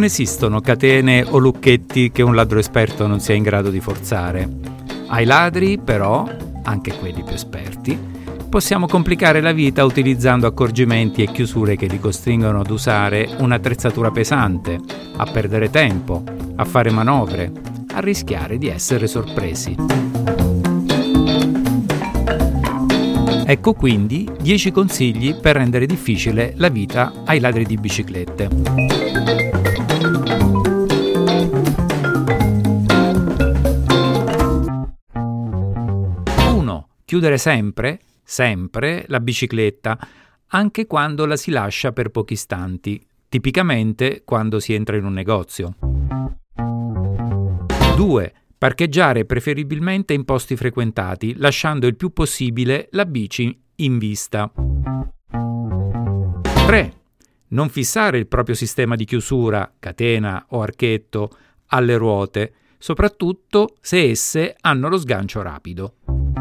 esistono catene o lucchetti che un ladro esperto non sia in grado di forzare. Ai ladri, però, anche quelli più esperti, possiamo complicare la vita utilizzando accorgimenti e chiusure che li costringono ad usare un'attrezzatura pesante, a perdere tempo, a fare manovre, a rischiare di essere sorpresi. Ecco quindi 10 consigli per rendere difficile la vita ai ladri di biciclette. 1. Chiudere sempre la bicicletta, anche quando la si lascia per pochi istanti, tipicamente quando si entra in un negozio. 2. Parcheggiare preferibilmente in posti frequentati, lasciando il più possibile la bici in vista. 3. Non fissare il proprio sistema di chiusura, catena o archetto, alle ruote, soprattutto se esse hanno lo sgancio rapido.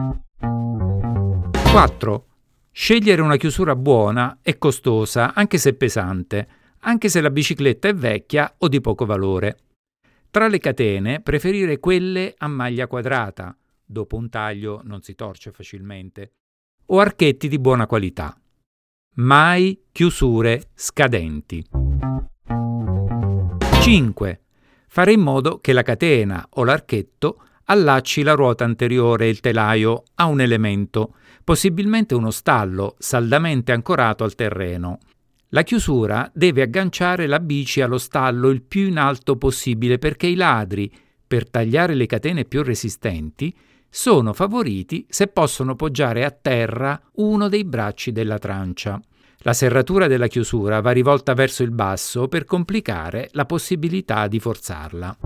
4. Scegliere una chiusura buona e costosa, anche se pesante, anche se la bicicletta è vecchia o di poco valore. Tra le catene, preferire quelle a maglia quadrata, dopo un taglio non si torce facilmente, o archetti di buona qualità. Mai chiusure scadenti. 5. Fare in modo che la catena o l'archetto allacci la ruota anteriore e il telaio a un elemento, possibilmente uno stallo saldamente ancorato al terreno. La chiusura deve agganciare la bici allo stallo il più in alto possibile perché i ladri, per tagliare le catene più resistenti, sono favoriti se possono poggiare a terra uno dei bracci della trancia. La serratura della chiusura va rivolta verso il basso per complicare la possibilità di forzarla.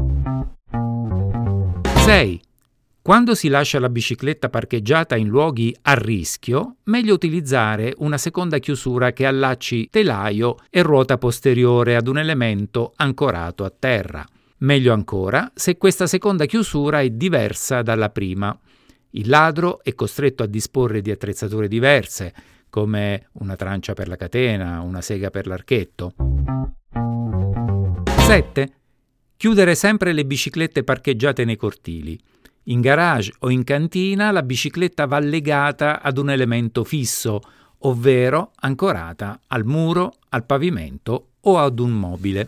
6. Quando si lascia la bicicletta parcheggiata in luoghi a rischio, meglio utilizzare una seconda chiusura che allacci telaio e ruota posteriore ad un elemento ancorato a terra. Meglio ancora se questa seconda chiusura è diversa dalla prima. Il ladro è costretto a disporre di attrezzature diverse, come una trancia per la catena, una sega per l'archetto. 7. Chiudere sempre le biciclette parcheggiate nei cortili. In garage o in cantina la bicicletta va legata ad un elemento fisso, ovvero ancorata al muro, al pavimento o ad un mobile.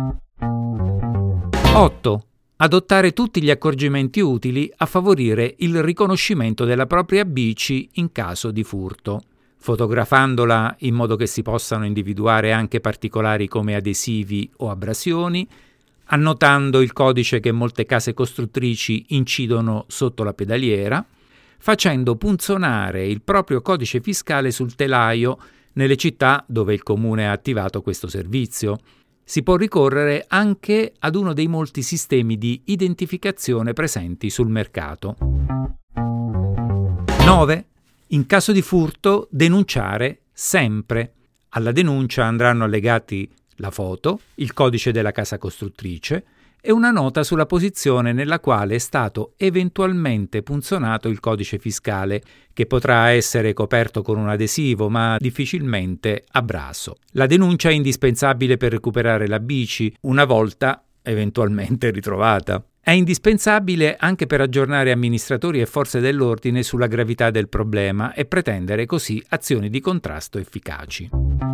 8. Adottare tutti gli accorgimenti utili a favorire il riconoscimento della propria bici in caso di furto, fotografandola in modo che si possano individuare anche particolari come adesivi o abrasioni, annotando il codice che molte case costruttrici incidono sotto la pedaliera, facendo punzonare il proprio codice fiscale sul telaio nelle città dove il comune ha attivato questo servizio. Si può ricorrere anche ad uno dei molti sistemi di identificazione presenti sul mercato. 9. In caso di furto, denunciare sempre. Alla denuncia andranno allegati la foto, il codice della casa costruttrice e una nota sulla posizione nella quale è stato eventualmente punzonato il codice fiscale, che potrà essere coperto con un adesivo ma difficilmente a braso. La denuncia è indispensabile per recuperare la bici una volta eventualmente ritrovata. È indispensabile anche per aggiornare amministratori e forze dell'ordine sulla gravità del problema e pretendere così azioni di contrasto efficaci.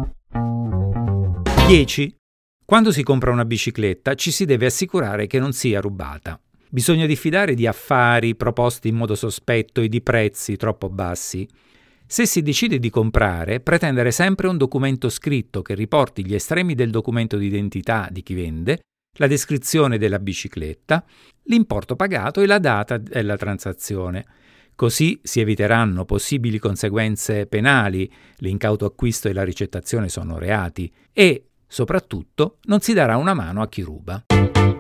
10. Quando si compra una bicicletta ci si deve assicurare che non sia rubata. Bisogna diffidare di affari proposti in modo sospetto e di prezzi troppo bassi. Se si decide di comprare, pretendere sempre un documento scritto che riporti gli estremi del documento di identità di chi vende, la descrizione della bicicletta, l'importo pagato e la data della transazione. Così si eviteranno possibili conseguenze penali, l'incauto acquisto e la ricettazione sono reati, e soprattutto non si darà una mano a chi ruba.